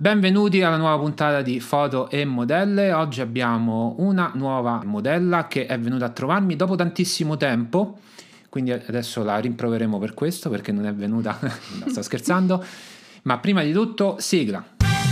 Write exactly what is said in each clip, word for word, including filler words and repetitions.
Benvenuti alla nuova puntata di Foto e Modelle. Oggi abbiamo una nuova modella che è venuta a trovarmi dopo tantissimo tempo, quindi adesso la rimproveremo per questo, perché non è venuta. No, sto scherzando. Ma prima di tutto, sigla.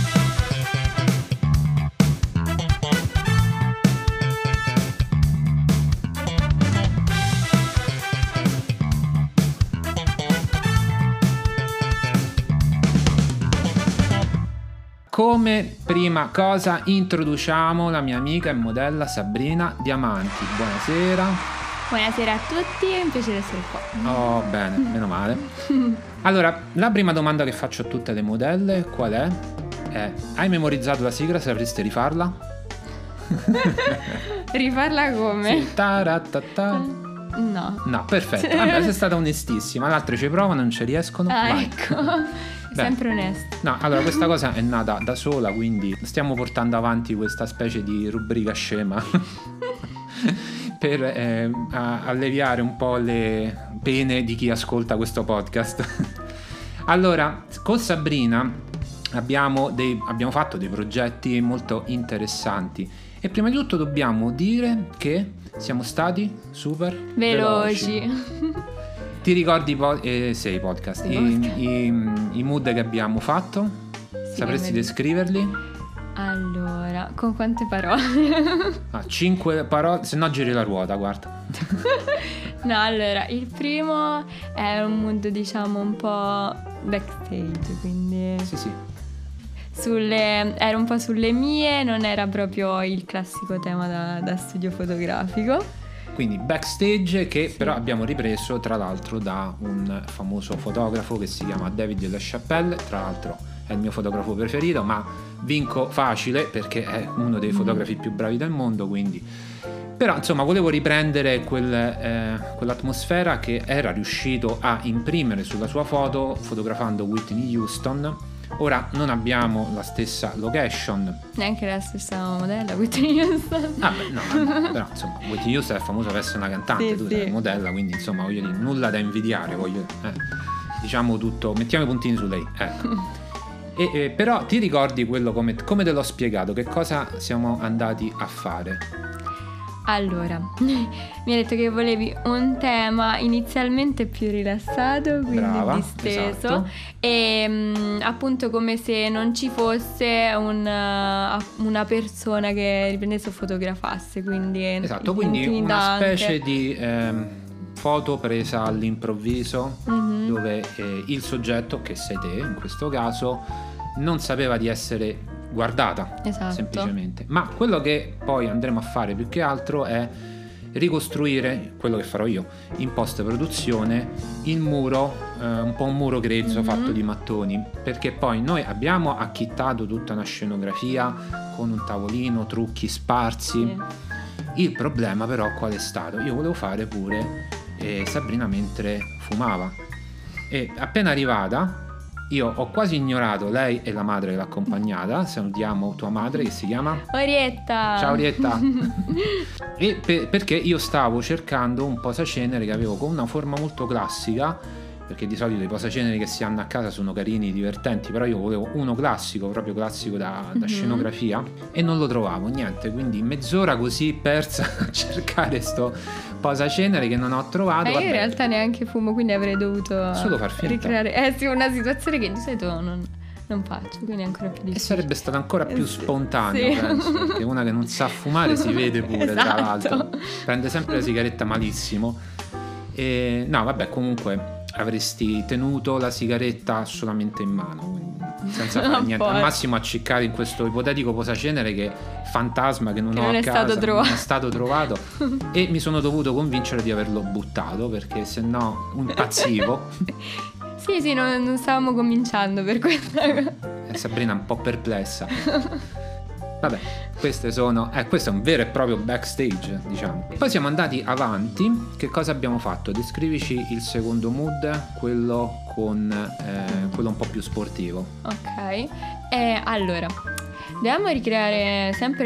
Come prima cosa introduciamo la mia amica e modella Sabrina Diamanti. Buonasera. Buonasera a tutti, è un piacere essere qua. Oh, bene, meno male. Allora, la prima domanda che faccio a tutte le modelle, qual è? È: hai memorizzato la sigla? Sapresti rifarla? Rifarla come? Sì, taratata. No. No, perfetto. Vabbè, sei stata onestissima. Le altre ci provano, non ci riescono. Ah, Vai. ecco. Beh, sempre onesto. No, allora questa cosa è nata da sola, quindi stiamo portando avanti questa specie di rubrica scema per eh, a- alleviare un po' le pene di chi ascolta questo podcast. Allora, con Sabrina abbiamo, dei, abbiamo fatto dei progetti molto interessanti e prima di tutto dobbiamo dire che siamo stati super veloci. Veloci. Ti ricordi i po- eh, sì, i podcast, i, i, i mood che abbiamo fatto? Sì, Sapresti me li- descriverli? Allora, con quante parole? Ah, cinque parole, se no giri la ruota, guarda. No, allora, il primo è un mood, diciamo, un po' backstage, quindi Sì, sì. sulle, era un po' sulle mie, non era proprio il classico tema da, da studio fotografico. Quindi backstage che Sì. però abbiamo ripreso tra l'altro da un famoso fotografo che si chiama David LaChapelle, tra l'altro è il mio fotografo preferito, ma vinco facile perché è uno dei fotografi più bravi del mondo, quindi però insomma volevo riprendere quel, eh, quell'atmosfera che era riuscito a imprimere sulla sua foto fotografando Whitney Houston. Ora non abbiamo la stessa location. Neanche la stessa modella, Whitney Houston. Ah beh, no, no, però insomma Whitney Houston è famosa per essere una cantante, Sì, tu sì. sei modella, quindi insomma voglio dire, nulla da invidiare, voglio eh, diciamo tutto, mettiamo i puntini su lei, ecco. E, eh, però ti ricordi quello come, come te l'ho spiegato, che cosa siamo andati a fare? Allora, mi hai detto che volevi un tema inizialmente più rilassato, quindi Brava, disteso, esatto. e mm, appunto come se non ci fosse un, uh, una persona che riprendesse o fotografasse, quindi Esatto, quindi una intimidante. specie di ehm, foto presa all'improvviso, Mhm. dove eh, il soggetto, che sei te in questo caso, non sapeva di essere guardata, Esatto. semplicemente. Ma quello che poi andremo a fare più che altro è ricostruire, quello che farò io in post produzione, il muro, eh, un po' un muro grezzo Mhm. fatto di mattoni, perché poi noi abbiamo acchittato tutta una scenografia con un tavolino, trucchi sparsi. Sì. Il problema però qual è stato? Io volevo fare pure eh, Sabrina mentre fumava, e appena arrivata io ho quasi ignorato lei e la madre che l'ha accompagnata. Salutiamo tua madre, che si chiama? Orietta! Ciao Orietta. E per- perché io stavo cercando un posacenere che avevo con una forma molto classica, perché di solito i posaceneri che si hanno a casa sono carini, divertenti, però io volevo uno classico, proprio classico da, da Mhm. scenografia, e non lo trovavo, niente, quindi mezz'ora così persa a cercare sto posacenere che non ho trovato. Ma io vabbè. in realtà neanche fumo, quindi avrei dovuto Solo far finta. ricreare eh sì, una situazione che di solito non, non faccio, quindi è ancora più E difficile. sarebbe stato ancora più Eh sì, spontaneo, sì. penso, perché una che non sa fumare si vede pure, tra Esatto. l'altro. Prende sempre la sigaretta malissimo. E, no, vabbè, comunque avresti tenuto la sigaretta solamente in mano, quindi senza fare A niente. Al posto. massimo acceccare in questo ipotetico posacenere che fantasma che non Che ho non a è casa, stato trovato. non è stato trovato. E mi sono dovuto convincere di averlo buttato, perché se no impazzivo. Sì, sì, non, non stavamo cominciando per questa cosa. E Sabrina è un po' perplessa. Vabbè, queste sono eh, questo è un vero e proprio backstage, diciamo. Poi siamo andati avanti. Che cosa abbiamo fatto? Descrivici il secondo mood, quello con eh, quello un po' più sportivo. Ok, e allora, dobbiamo ricreare sempre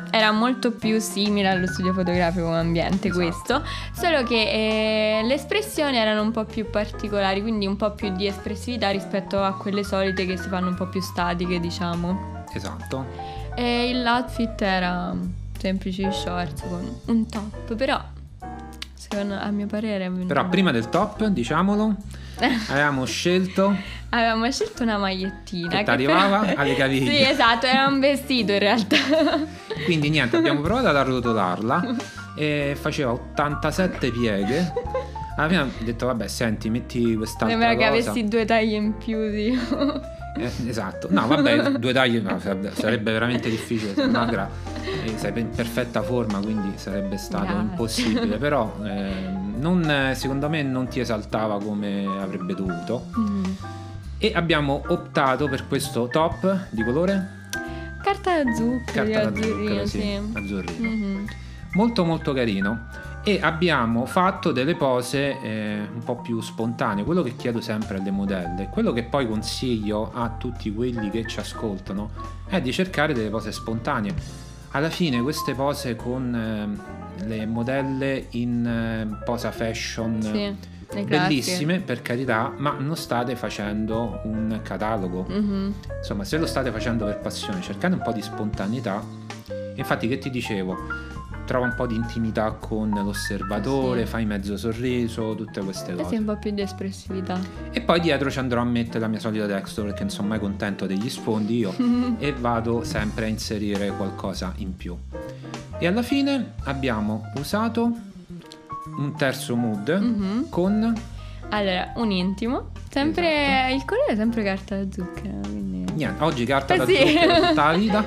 era molto più simile allo studio fotografico come ambiente, Esatto. questo, solo che eh, le espressioni erano un po' più particolari, quindi un po' più di espressività rispetto a quelle solite che si fanno un po' più statiche, diciamo. Esatto. E l'outfit era semplici shorts con un top, però secondo, a mio parere è venuto Però bene. prima del top, diciamolo, avevamo scelto Avevamo scelto una magliettina che ti che arrivava però- alle caviglie. Sì, esatto, era un vestito in realtà. Quindi niente, abbiamo provato ad arrotolarla e faceva ottantasette pieghe. Alla fine ho detto vabbè, senti, metti quest'altra Sembra che cosa. avessi due taglie in più, sì. Eh, esatto. No, vabbè, due taglie no, sarebbe, sarebbe veramente difficile, sei magra e sei in perfetta forma, quindi sarebbe stato Grazie. impossibile, però eh, non, secondo me non ti esaltava come avrebbe dovuto. Mm. E abbiamo optato per questo top di colore Carta da zucchero, carta da azzurrino, zucchero, sì, sì. azzurrino. Mhm. Molto molto carino. E abbiamo fatto delle pose eh, un po' più spontanee. Quello che chiedo sempre alle modelle, quello che poi consiglio a tutti quelli che ci ascoltano, è di cercare delle pose spontanee. Alla fine queste pose con eh, le modelle in eh, posa fashion, Sì, le classiche. bellissime per carità, ma non state facendo un catalogo. Mhm. Insomma, se lo state facendo per passione, cercate un po' di spontaneità. Infatti, che ti dicevo, trova un po' di intimità con l'osservatore, Sì. fai mezzo sorriso, tutte queste Eh sì, cose. un po' più di espressività. E poi dietro ci andrò a mettere la mia solita texture, perché non sono mai contento degli sfondi io, e vado sempre a inserire qualcosa in più. E alla fine abbiamo usato un terzo mood Mhm. con Allora, un intimo. Sempre il colore è sempre carta da zucchero, quindi niente, oggi carta Eh da sì. zucchero tutta la vita.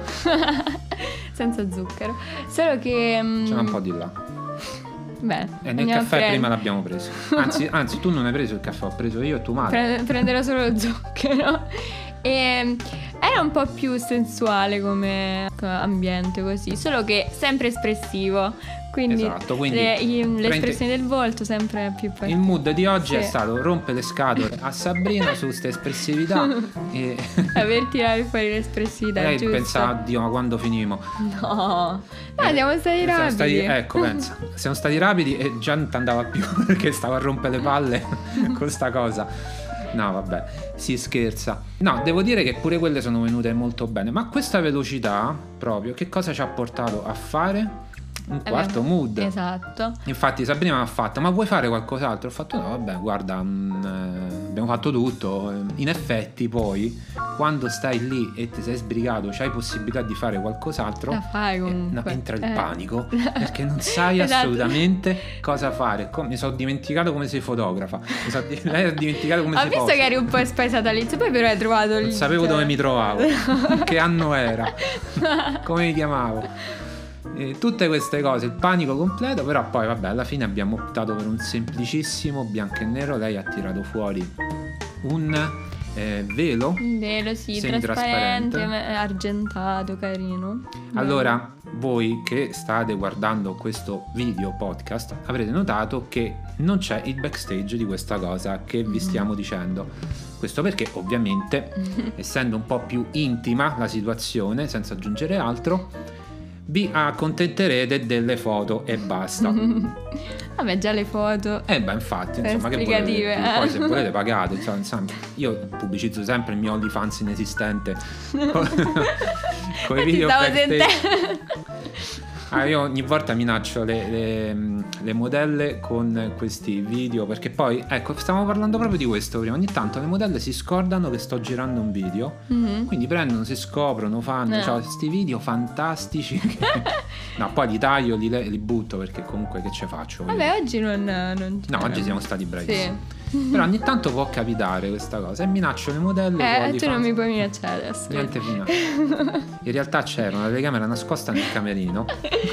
senza zucchero. Solo che mm, C'era un po' di là. beh, E nel andiamo a caffè prendere. prima l'abbiamo preso. Anzi, anzi, tu non hai preso il caffè, ho preso io e tu madre. Pre- prenderò solo lo zucchero. E era un po' più sensuale come ambiente così, solo che sempre espressivo. Quindi, Esatto, quindi le, i- le prendi- espressioni del volto sempre più Il particolari. mood di oggi è Sì. stato rompe le scatole a Sabrina su questa espressività e Aver tirato fuori l'espressività, lei giusto? pensava, Dio, ma quando finimo? No, no, Eh, siamo stati siamo rapidi. stati- ecco, pensa, siamo stati rapidi e già non ti andava più perché stavo a rompere le palle con sta cosa. No, vabbè, si scherza. No, devo dire che pure quelle sono venute molto bene, ma questa velocità proprio, che cosa ci ha portato a fare? Un quarto Abbiamo- mood. Esatto. Infatti Sabrina mi ha fatto, ma vuoi fare qualcos'altro? Ho fatto no, vabbè, guarda, mm, eh, abbiamo fatto tutto. In effetti poi, quando stai lì e ti sei sbrigato, c'hai possibilità di fare qualcos'altro, La fai eh, comunque. no, entra il Eh. panico, perché non sai Esatto. assolutamente cosa fare. Com- mi sono dimenticato come si fotografa. Mi so di- lei ha dimenticato come Ho si visto posa. che eri un po' spesata all'inizio, poi però hai trovato il Non sapevo dove mi trovavo, che anno era, come mi chiamavo. E tutte queste cose, il panico completo, però poi vabbè, alla fine abbiamo optato per un semplicissimo bianco e nero. Lei ha tirato fuori un eh, velo. Un velo, sì, Semitrasparente. trasparente, me- argentato, carino. Allora, voi che state guardando questo video podcast avrete notato che non c'è il backstage di questa cosa che vi stiamo dicendo. Questo perché ovviamente, essendo un po' più intima la situazione, senza aggiungere altro, vi accontenterete delle foto e basta. Vabbè, già le foto. Eh beh, infatti, Sono insomma, che volete esplicative, più? eh. Poi se volete pagate, insomma, insomma, io pubblicizzo sempre il mio OnlyFans inesistente con i video Ti stavo backstage. sentendo. Ah, io ogni volta minaccio le, le, le modelle con questi video, perché poi, ecco, stavamo parlando proprio di questo prima. Ogni tanto le modelle si scordano che sto girando un video, Mhm. quindi prendono, si scoprono, fanno Eh. cioè, questi video fantastici che- no, poi li taglio, li, li butto, perché comunque che ce faccio? Vabbè, oggi non, non No, c'era. oggi siamo stati bravissimi. Sì. Però ogni tanto può capitare questa cosa e minaccio le modelle con Eh, tu OnlyFans. non mi puoi minacciare adesso. Niente fino. In realtà c'era una telecamera nascosta nel camerino.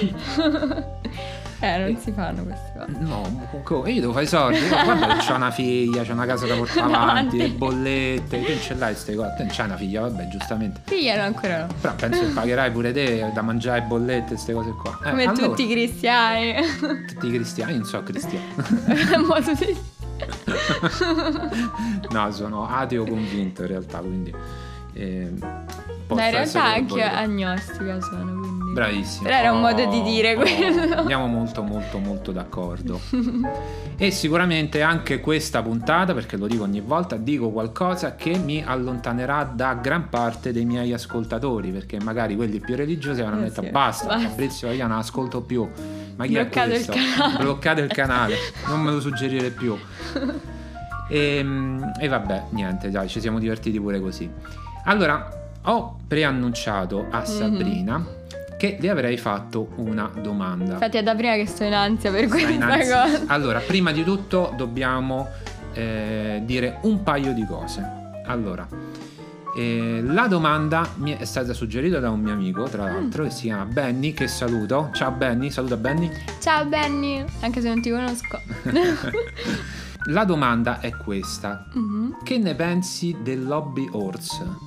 Eh, non si fanno queste cose. No, co- io devo fare i soldi. Io, guarda che c'ho una figlia, c'ho una casa da portare avanti, Avanti. le bollette. Te non ce l'hai queste cose? Te non c'hai una figlia, vabbè, giustamente. Figlia no, ancora no. Però penso che pagherai pure te da mangiare bollette, queste cose qua. Eh, Come allora, tutti i cristiani. tutti i cristiani, io non so cristiano. Modo di- No, sono ateo convinto in realtà, quindi eh, posso Ma in essere realtà anche orgoglioso. agnostica sono, quindi. quindi. Bravissimo. Però era un Oh, modo di dire oh, quello. Andiamo molto molto molto d'accordo. E sicuramente anche questa puntata, perché lo dico ogni volta, dico qualcosa che mi allontanerà da gran parte dei miei ascoltatori, perché magari quelli più religiosi avranno Eh detto sì, basta, basta. Fabrizio, io non ascolto più. Ma chi Bloccate è il questo? canale. Bloccate il canale, non me lo suggerire più. E, e vabbè, niente, dai, ci siamo divertiti pure così. Allora, ho preannunciato a Sabrina mm-hmm. che le avrei fatto una domanda. Infatti è da prima che sto in ansia per Sta questa in ansia. cosa. Allora, prima di tutto dobbiamo eh, dire un paio di cose. Allora, eh, la domanda mi è stata suggerita da un mio amico, tra l'altro, mm. che si chiama Benny, che saluto. Ciao Benny, saluta Benny. Ciao Benny, anche se non ti conosco. La domanda è questa. Mm-hmm. Che ne pensi del Lobby Horse?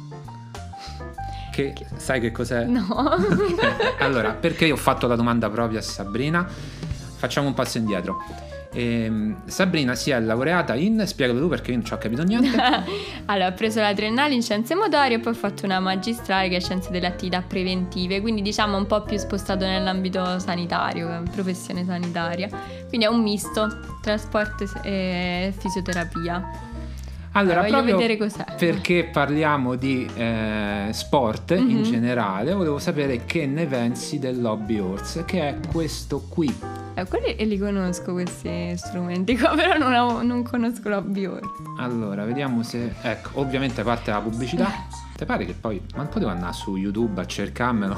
Che sai che cos'è? No. Okay. Allora, perché io ho fatto la domanda proprio a Sabrina? Facciamo un passo indietro. Ehm, Sabrina si è laureata in, spiegalo tu perché io non ci ho capito niente. Allora, ho preso la triennale in scienze motorie e poi ho fatto una magistrale che è scienze delle attività preventive, quindi diciamo un po' più spostato nell'ambito sanitario, professione sanitaria. Quindi è un misto tra sport e fisioterapia. Allora, voglio proprio vedere cos'è. Perché parliamo di eh, sport mm-hmm. in generale, volevo sapere che ne pensi del Lobby Horse, che è questo qui. Eh, quelli li conosco questi strumenti qua, però non, ho, non conosco Lobby Horse. Allora, vediamo se... Ecco, ovviamente parte la pubblicità. Ti pare che poi... Ma non potevo andare su YouTube a cercarmelo?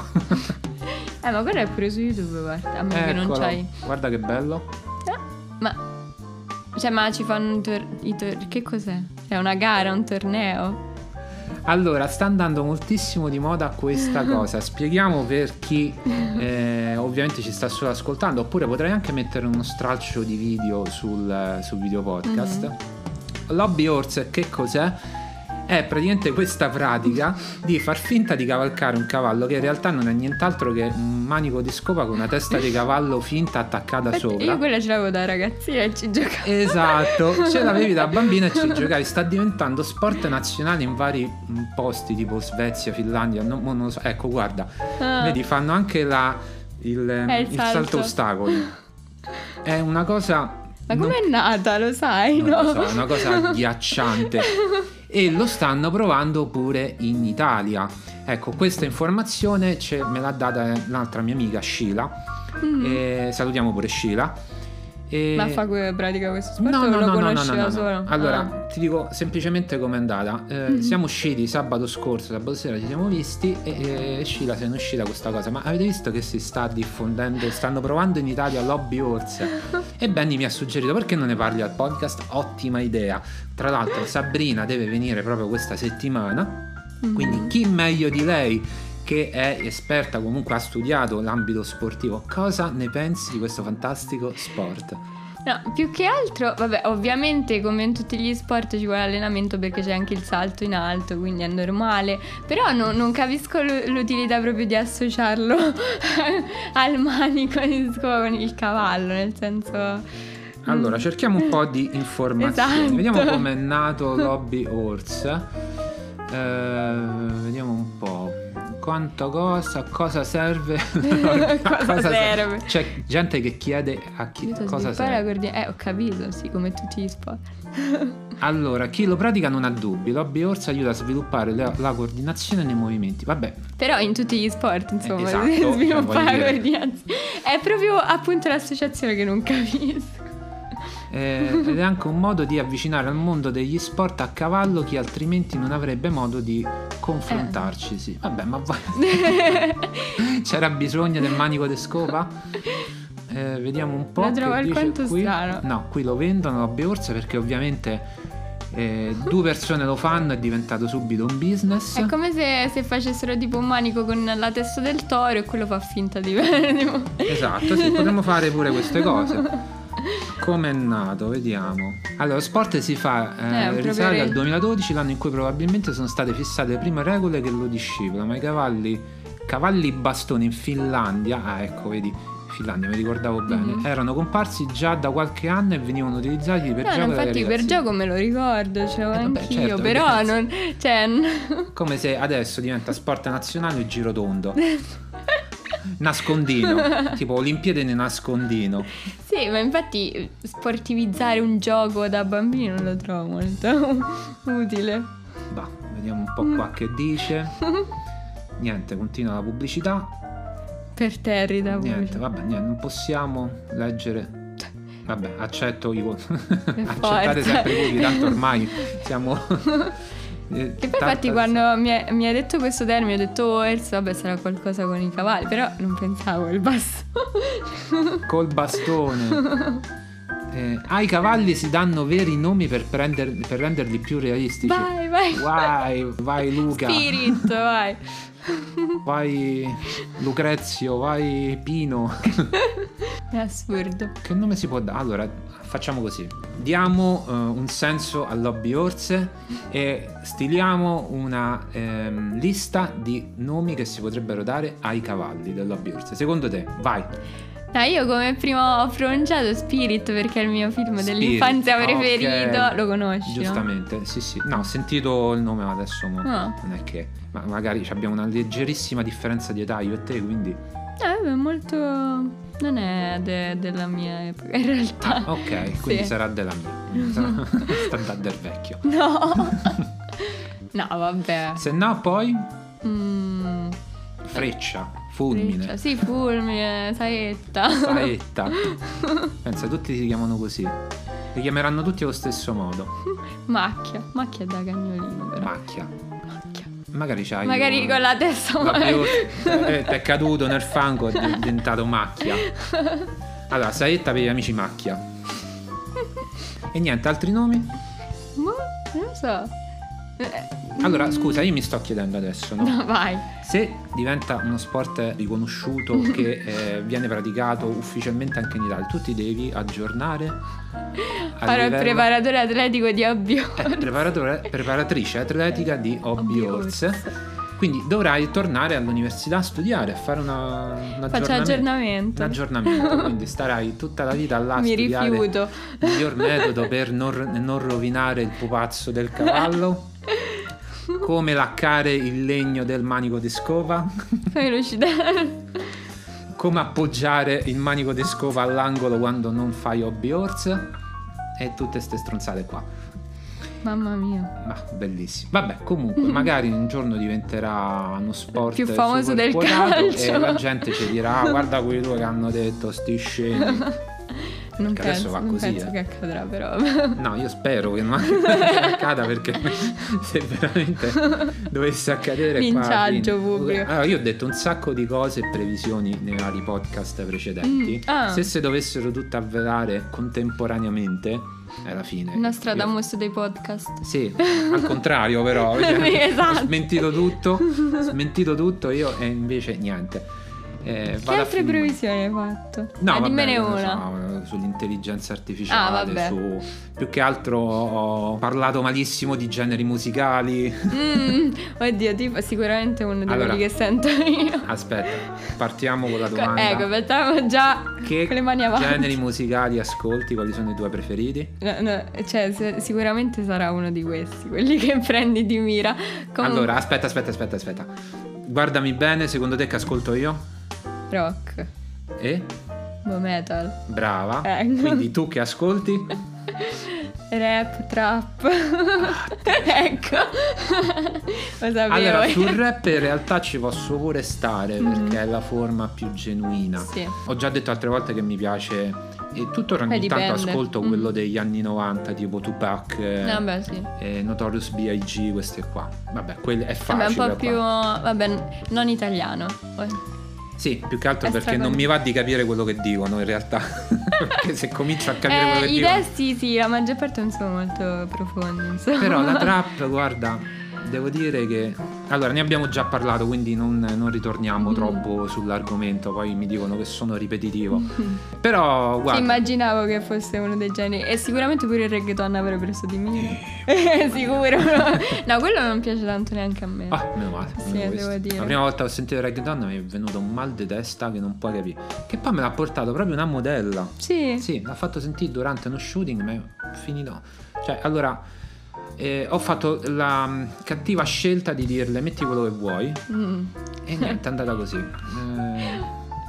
eh, ma quello è pure su YouTube, guarda. A me che non c'hai. Guarda che bello. Eh, ma... Cioè, ma ci fanno tor- i tor- che cos'è? È una gara, un torneo? Allora, sta andando moltissimo di moda questa cosa. Spieghiamo per chi eh, ovviamente ci sta solo ascoltando, oppure potrei anche mettere uno stralcio di video sul, sul video podcast. Mm-hmm. Lobby Horse che cos'è? È praticamente questa pratica di far finta di cavalcare un cavallo che in realtà non è nient'altro che un manico di scopa con una testa di cavallo finta attaccata Infatti, sopra. Io quella ce l'avevo da ragazzina e ci giocavo. Esatto, ce l'avevi da bambina e ci giocavi. Sta diventando sport nazionale in vari posti tipo Svezia, Finlandia, non, non lo so. Ecco, guarda, ah. vedi, fanno anche la, il, il, il salto. salto ostacoli. È una cosa... Ma com'è non... nata, lo sai, non no? Lo so, è una cosa agghiacciante. E lo stanno provando pure in Italia. Ecco, questa informazione me l'ha data un'altra mia amica, Sheila. Mm. E salutiamo pure Sheila. E... Ma fa pratica questo sport no, o no, lo no, conosceva no, no, no, solo? no. Allora, ah. ti dico semplicemente com'è andata. Eh, mm-hmm. Siamo usciti sabato scorso, sabato sera ci siamo visti e, e Sheila se ne è uscita questa cosa. Ma avete visto che si sta diffondendo, stanno provando in Italia Lobby Horse? E Benny mi ha suggerito, perché non ne parli al podcast? Ottima idea. Tra l'altro Sabrina deve venire proprio questa settimana, mm-hmm. quindi chi meglio di lei, che è esperta, comunque ha studiato l'ambito sportivo. Cosa ne pensi di questo fantastico sport? No, più che altro, vabbè, ovviamente come in tutti gli sport ci vuole allenamento perché c'è anche il salto in alto, quindi è normale. Però no, non capisco l'utilità proprio di associarlo al manico di scopa con il cavallo, nel senso... Allora, cerchiamo un po' di informazioni. Esatto. Vediamo come è nato Lobby Horse. Eh, vediamo un po'. Quanto costa, cosa serve? cosa, cosa serve? C'è gente che chiede a chi cosa serve. Coordin- eh, ho capito, sì, come tutti gli sport. Allora, chi lo pratica non ha dubbi. Lobby Horse aiuta a sviluppare la, la coordinazione nei movimenti. Vabbè. Però in tutti gli sport, insomma, eh, esatto, sviluppare cioè, la coordinazione. È proprio appunto l'associazione che non capisco. Eh, ed è anche un modo di avvicinare al mondo degli sport a cavallo chi altrimenti non avrebbe modo di confrontarci. Eh. Sì. Vabbè, ma vai. C'era bisogno del manico di scopa? Eh, vediamo un po'. Lo trovo che alquanto dice qui. strano. No, qui lo vendono Lobby Horse perché ovviamente eh, due persone lo fanno, è diventato subito un business. È come se, se facessero tipo un manico con la testa del toro e quello fa finta di tipo... Esatto, sì, potremmo fare pure queste cose. Come è nato? Vediamo. Allora, lo sport si fa eh, eh, risale al duemiladodici, l'anno in cui probabilmente sono state fissate le prime regole che lo disciplinano. Ma i cavalli cavalli bastoni in Finlandia, ah ecco, vedi, Finlandia, mi ricordavo bene, mm-hmm. erano comparsi già da qualche anno e venivano utilizzati per no, gioco. No, infatti per gioco me lo ricordo, ce l'avevo eh, vabbè, anch'io, certo, però non, cioè... come se adesso diventa sport nazionale il girotondo. nascondino, tipo Olimpiadi nel nascondino. Sì, ma infatti sportivizzare un gioco da bambini non lo trovo molto utile. Bah, vediamo un po' qua che dice. Niente, continua la pubblicità. Per Terry da Niente, vabbè, niente, non possiamo leggere. Vabbè, accetto i voti. Accettate sempre i voti, tanto ormai siamo. Eh, che poi infatti quando mi, è, mi hai detto questo termine ho detto Horse, vabbè sarà qualcosa con i cavalli, però non pensavo il bastone. Col bastone. Eh, ai cavalli si danno veri nomi per, prender, per renderli più realistici. Vai, vai. Vai, vai Luca. Spirit, vai. Vai Lucrezio, vai Pino. È assurdo. Che nome si può dare? Allora, facciamo così. Diamo uh, un senso all'hobby horse e stiliamo una ehm, lista di nomi che si potrebbero dare ai cavalli dell'hobby horse. Secondo te, vai. No, io come prima ho pronunciato Spirit perché è il mio film Spirit, dell'infanzia preferito. Okay. Lo conosci? Giustamente, no? Sì sì. No, ho sentito il nome, ma adesso mo, no. Non è che. Ma magari abbiamo una leggerissima differenza di età io e te, quindi. Eh, è molto. Non è de- della mia epoca in realtà. Ah, ok, quindi sì. sarà della mia. Sarà sta del vecchio. No. No, vabbè. Se no, poi. Mm. Freccia. Fulmine. Freccia. Sì, fulmine, saetta. Saetta. Pensa, tutti si chiamano così. Li chiameranno tutti allo stesso modo. Macchia. Macchia da cagnolino, però. Macchia. Macchia. Magari c'hai. Magari un... con la testa la male. eh, T'è caduto nel fango, è diventato macchia. Allora, saetta per gli amici macchia. E niente, altri nomi? Ma non lo so. Allora, scusa, io mi sto chiedendo adesso, no? No, vai. Se diventa uno sport riconosciuto che eh, viene praticato ufficialmente anche in Italia, tu ti devi aggiornare. Farò il preparatore atletico di hobby horse. Eh, preparatore, preparatrice atletica di hobby horse. Quindi dovrai tornare all'università a studiare, a fare una, un Faccio aggiornamento. Un aggiornamento, quindi starai tutta la vita là a Mi studiare rifiuto. il miglior metodo per non, non rovinare il pupazzo del cavallo. Come laccare il legno del manico di scopa. Fai lucidare. Come appoggiare il manico di scopa all'angolo quando non fai hobby horse. E tutte ste stronzate qua. Mamma mia. Ma bellissimo. Vabbè, comunque magari un giorno diventerà uno sport più famoso del quotato calcio. e la gente ci dirà ah, guarda quelli due che hanno detto sti scemi. Non Perché penso, adesso va non così, penso eh. che accadrà, però. No, io spero che non accada, perché se veramente dovesse accadere Linciaggio qua, pubblico. Allora, io ho detto un sacco di cose e previsioni nei vari podcast precedenti. Mm, ah. Se si dovessero tutte avverare contemporaneamente è la fine. Una strada Io... mosso dei podcast. Sì, al contrario però. Sì, esatto. Ho smentito tutto, smentito tutto io e invece niente. Eh, che altre previsioni hai fatto? No, ah, vabbè, dimmene una. so, sull'intelligenza artificiale, ah, vabbè. su più che altro ho parlato malissimo di generi musicali. Mm, oddio, tipo sicuramente uno di allora, quelli che sento io. Aspetta, partiamo con la domanda. Ecco, facciamo già che con le mani avanti. generi musicali ascolti? Quali sono i tuoi preferiti? No, no, cioè, se, sicuramente sarà uno di questi, quelli che prendi di mira. Comunque... Allora, aspetta, aspetta, aspetta, aspetta. Guardami bene, secondo te che ascolto io? Rock. E? Boh, metal. Brava. Eh. Quindi tu che ascolti? Rap, trap. Ecco. Lo sapevo. Allora, sul rap in realtà ci posso pure stare, Mm. perché è la forma più genuina. Sì. Ho già detto altre volte che mi piace e tuttora Poi ogni tanto dipende. ascolto Mm. quello degli anni novanta, tipo Tupac, eh, Vabbè, sì. eh, Notorious B I G, queste qua. Vabbè, quelle è Vabbè, facile. un po' più. qua. Vabbè, non italiano. Sì, più che altro È perché straco- non mi va di capire quello che dicono in realtà. Perché se comincio a capire Eh, quello che I dicono. testi, sì, la maggior parte non sono molto profondi. Insomma. Però la trap, guarda, devo dire che allora ne abbiamo già parlato, quindi non, non ritorniamo Mm. troppo sull'argomento, poi mi dicono che sono ripetitivo. Però guarda, Sì, immaginavo che fosse uno dei generi. E sicuramente pure il reggaeton avrei preso di meno. Sicuro. No, quello non piace tanto neanche a me. ah, meno male. Sì, almeno devo questo. dire. La prima volta che ho sentito il reggaeton mi è venuto un mal di testa che non puoi capire. Che poi me l'ha portato proprio una modella. Sì. Sì, l'ha fatto sentire durante uno shooting, ma è finito. Cioè, allora eh, ho fatto la mh, cattiva scelta di dirle metti quello che vuoi Mm. e niente, è andata così. Eh,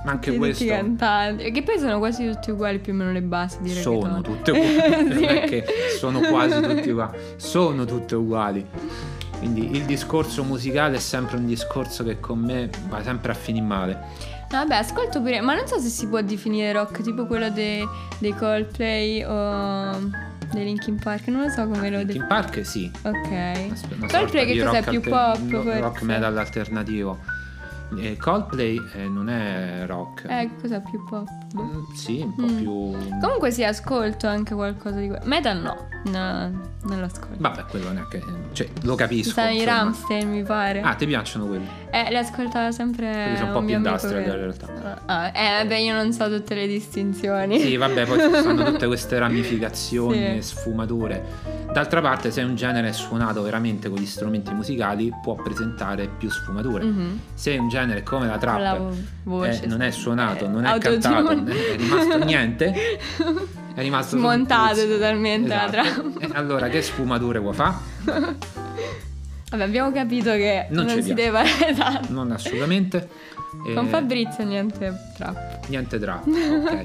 Ma anche tutti, questo. tutti cantanti. Che poi sono quasi tutti uguali più o meno le basi di reggaeton. Sono tutte uguali. Non è che sono quasi tutti uguali. Sono tutte uguali. Quindi il discorso musicale è sempre un discorso che con me va sempre a finire male. No, vabbè, ascolto pure, ma non so se si può definire rock tipo quello dei, dei Coldplay o dei Linkin Park, non lo so come lo Linkin definisco. Park sì. Ok. Una Coldplay che cos'è? Più alter- pop, no, forse? rock metal alternativo. E Coldplay eh, non è rock. Eh, cos'è più pop? Mm, sì, un po' Mm. più. Comunque sì, ascolto anche qualcosa di quello. Metal no, no, non lo ascolto. Vabbè, quello non è che. Cioè, lo capisco. Ci stanno i insomma. Rammstein, mi pare. Ah, ti piacciono quelli? Eh, li ascoltava sempre. Quelli sono un po' mio più amico industrial che- in realtà. Ah, eh, vabbè, io non so tutte le distinzioni. Sì, vabbè, poi ci stanno tutte queste ramificazioni Sì. e sfumature. D'altra parte, se un genere è suonato veramente con gli strumenti musicali, può presentare più sfumature. Mhm. Se un genere come la Con la trap vo- voce, eh, non è sì. suonato, Eh, non è autotune. cantato, non è è rimasto niente, è rimasto solo un Smontato puzzo. totalmente la Esatto. trap. E allora che sfumature vuoi fa? Vabbè, abbiamo capito che Non non, ci si piace. deve esatto. Non assolutamente. Con Eh, Fabrizio niente trap. Niente trap, ok.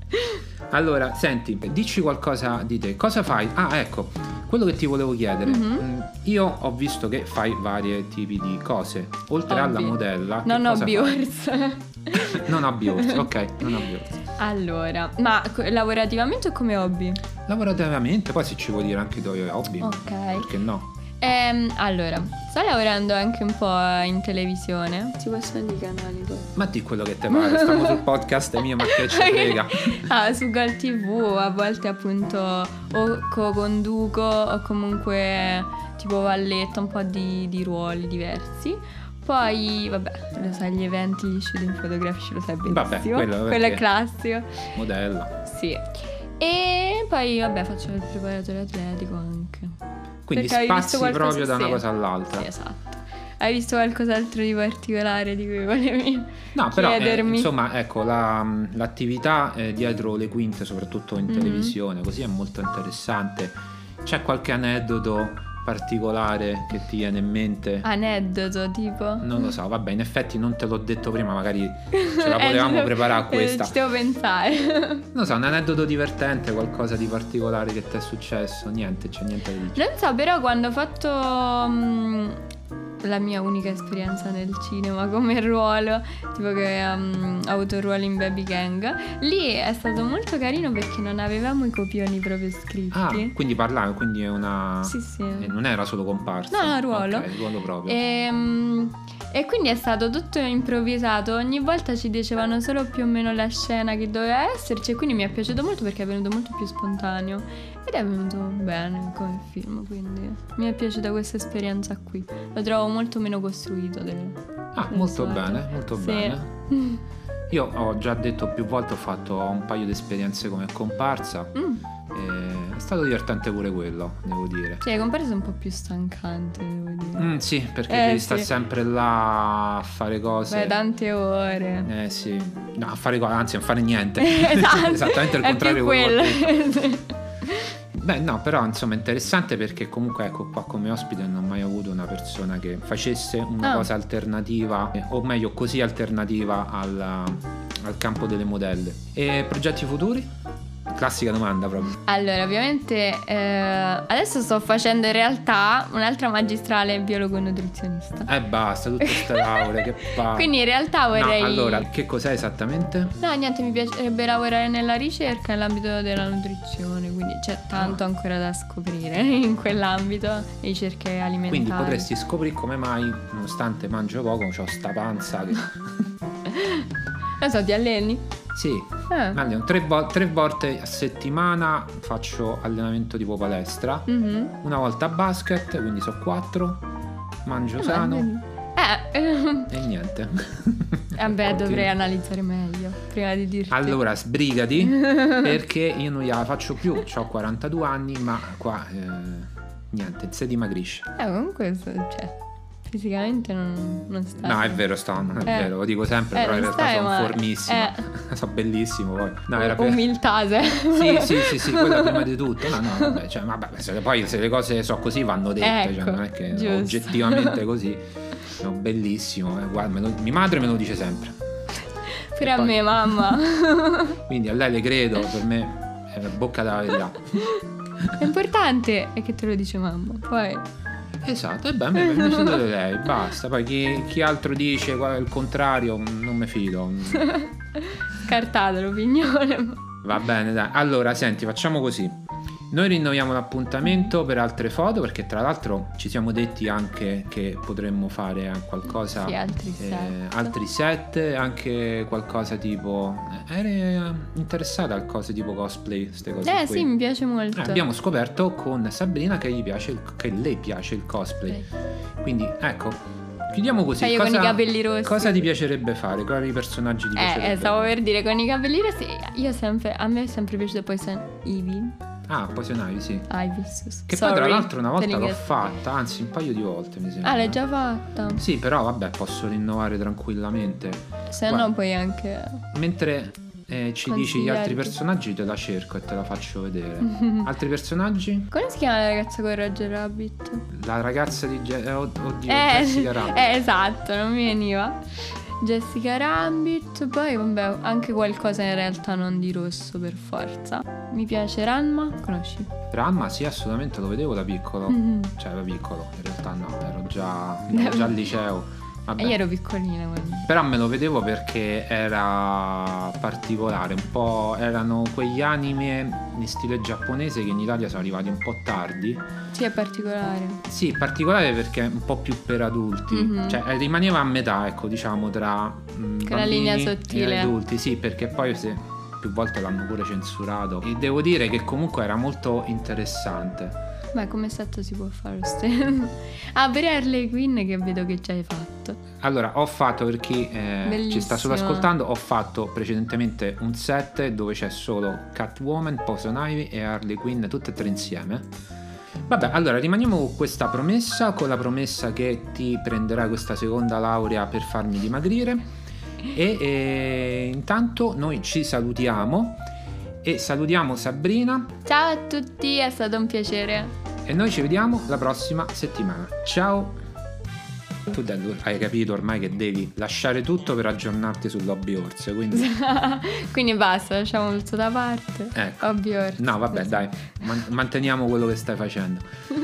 Allora, senti, dici qualcosa di te. Cosa fai? Ah, ecco, quello che ti volevo chiedere. Mhm. Mm, Io ho visto che fai vari tipi di cose. Oltre alla Hobby. modella. che Non ho cosa fai? viewers. Non ho viewers, ok, non ho viewers. Allora, ma co- lavorativamente o come hobby? Lavorativamente, poi se ci vuoi dire anche i tuoi hobby, Ok. perché no? Ehm, allora, sto lavorando anche un po' in televisione. Si possono dire i canali poi? Ma di quello che te pare, stiamo sul podcast è mio, ma che ci frega. Ah, su Gol tivù a volte appunto o co-conduco o comunque tipo valletta, un po' di, di ruoli diversi. Poi, vabbè, lo sai, gli eventi, gli shooting fotografici, lo sai benissimo. Vabbè, quello quello è perché- classico. Modella. Sì. E poi, vabbè, faccio il preparatore atletico anche. Quindi Perché avevi spazi visto qualcosa- proprio da una sì. cosa all'altra. Sì, esatto. Hai visto qualcos'altro di particolare di cui volevi No, però eh, chiedermi? insomma, ecco, la- l'attività eh, dietro le quinte, soprattutto in Mhm. televisione, così è molto interessante. C'è qualche aneddoto particolare che ti viene in mente? Aneddoto, tipo? Non lo so, vabbè, in effetti non te l'ho detto prima, magari ce la Eh, potevamo ci devo- preparare a eh, questa. Ci devo pensare. Non lo so, un aneddoto divertente, qualcosa di particolare che ti è successo? Niente, c'è niente da dire. Non so, però quando ho fatto mm, la mia unica esperienza nel cinema come ruolo, tipo che mm, ho avuto il ruolo in Baby Gang, lì è stato molto carino perché non avevamo i copioni proprio scritti. Ah, quindi parlavi, quindi è una... Sì, sì. eh, non era solo comparsa. No, no, ruolo. Ok, ruolo proprio. E, mm, e quindi è stato tutto improvvisato, ogni volta ci dicevano solo più o meno la scena che doveva esserci e quindi mi è piaciuto molto perché è venuto molto più spontaneo ed è venuto bene come film, quindi mi è piaciuta questa esperienza qui, lo trovo molto meno costruito del, Ah, del molto solito. bene, molto Sì. bene. Io ho già detto più volte, ho fatto un paio di esperienze come comparsa. Mm. E è stato divertente pure quello, devo dire. Sì, le comparse sono un po' più stancanti, devo dire. Mm, sì, perché Eh, devi sì. stare sempre là a fare cose. Beh, tante ore. Eh sì, no, a fare cose, anzi a fare niente. Esatto. Esattamente il È contrario più di quello che ho detto. quello. Beh, no, però insomma è interessante perché comunque ecco qua come ospite non ho mai avuto una persona che facesse una Ah. cosa alternativa, eh, o meglio così alternativa alla- al campo delle modelle. E progetti futuri? Classica domanda proprio. Allora, ovviamente eh, adesso sto facendo in realtà un'altra magistrale biologo nutrizionista. Eh basta, tutte queste lauree, che palle. Quindi in realtà vorrei... No, allora, che cos'è esattamente? No, niente, mi piacerebbe lavorare nella ricerca nell'ambito della nutrizione, quindi c'è tanto Ah. ancora da scoprire in quell'ambito, ricerche alimentari. Quindi potresti scoprire come mai, nonostante mangio poco, ho sta panza che... Non so, ti alleni? Sì, Ah. mi alleno tre, vo- tre volte a settimana, faccio allenamento tipo palestra, Mhm. una volta a basket, quindi so quattro, mangio sano Eh, eh, e niente. vabbè, Continuo. dovrei analizzare meglio prima di dirti. Allora sbrigati perché io non gliela faccio più, ho quarantadue anni, ma qua eh, niente, si dimagrisce. Eh, comunque, cioè, fisicamente non, non sta. No, è vero, sto, non è Eh. vero, lo dico sempre, Eh, però in non realtà stai sono male. formissimo, Eh. sono bellissimo poi. No, era per... Umiltà, se. Sì, sì, sì, sì, quello prima di tutto. No, no, vabbè, cioè, vabbè, se le- poi se le cose so così vanno dette, cioè, Ecco, non è che giusto. oggettivamente così. Sono bellissimo, eh, guarda, me lo- mia madre me lo dice sempre. Pure a poi... me, mamma. Quindi a lei le credo, per me è la bocca della verità. L'importante è che te lo dice mamma, poi... Esatto, e beh, a me mi fido di lei, basta. Poi chi, chi altro dice il contrario, non mi fido. Scartata l'opinione. Va bene, dai. Allora, senti, facciamo così. Noi rinnoviamo l'appuntamento per altre foto, perché tra l'altro ci siamo detti anche che potremmo fare qualcosa, sì, altri eh, set. altri set, anche qualcosa tipo, eri interessata al cose tipo cosplay, queste cose eh qui? Sì, mi piace molto. Eh, abbiamo scoperto con Sabrina che gli piace il, che lei piace il cosplay, sì. Quindi ecco, chiudiamo così. Cioè io cosa, con i capelli rossi. Cosa ti piacerebbe fare? Quali personaggi ti eh, piacerebbe eh, stavo fare? per dire con i capelli rossi. Io sempre, a me è sempre piaciuto Poison Ivy. Ah, Poison Ivy, sì. Ivy, che sorry, poi tra l'altro una volta l'ho fatta, anzi un paio di volte mi sembra. Ah, l'hai già fatta? Sì, però vabbè, posso rinnovare tranquillamente. Se no poi anche... Mentre eh, ci dici gli altri personaggi, te la cerco e te la faccio vedere. Altri personaggi? Come si chiama la ragazza con Roger Rabbit? La ragazza di Je- eh, oddio, eh, Jessica Rabbit. Eh, esatto, non mi veniva. Jessica Rabbit, poi vabbè anche qualcosa in realtà non di rosso per forza. Mi piace Ranma, conosci? Ranma sì, assolutamente, lo vedevo da piccolo. Mm-hmm. Cioè da piccolo, in realtà no, ero già, ero già al liceo. Vabbè. E io ero piccolina quindi. Però me lo vedevo perché era particolare, un po' erano quegli anime in stile giapponese che in Italia sono arrivati un po' tardi. Sì, è particolare. Sì, particolare perché è un po' più per adulti, mm-hmm. Cioè rimaneva a metà, ecco, diciamo, tra mh, la linea sottile e adulti, sì, perché poi se più volte l'hanno pure censurato. E devo dire che comunque era molto interessante. Beh, come set si può fare lo stesso. Ah, per Harley Quinn che vedo che già hai fatto. Allora, ho fatto, per chi eh, ci sta solo ascoltando, ho fatto precedentemente un set dove c'è solo Catwoman, Poison Ivy e Harley Quinn, tutte e tre insieme. Vabbè, allora rimaniamo con questa promessa, con la promessa che ti prenderai questa seconda laurea per farmi dimagrire. E, e intanto noi ci salutiamo. E salutiamo Sabrina. Ciao a tutti, è stato un piacere. E noi ci vediamo la prossima settimana. Ciao. Tu hai capito ormai che devi lasciare tutto per aggiornarti sull'Hobby Horse, quindi quindi basta, lasciamo tutto da parte. Ecco. Hobby Horse. No, vabbè, dai, man- manteniamo quello che stai facendo.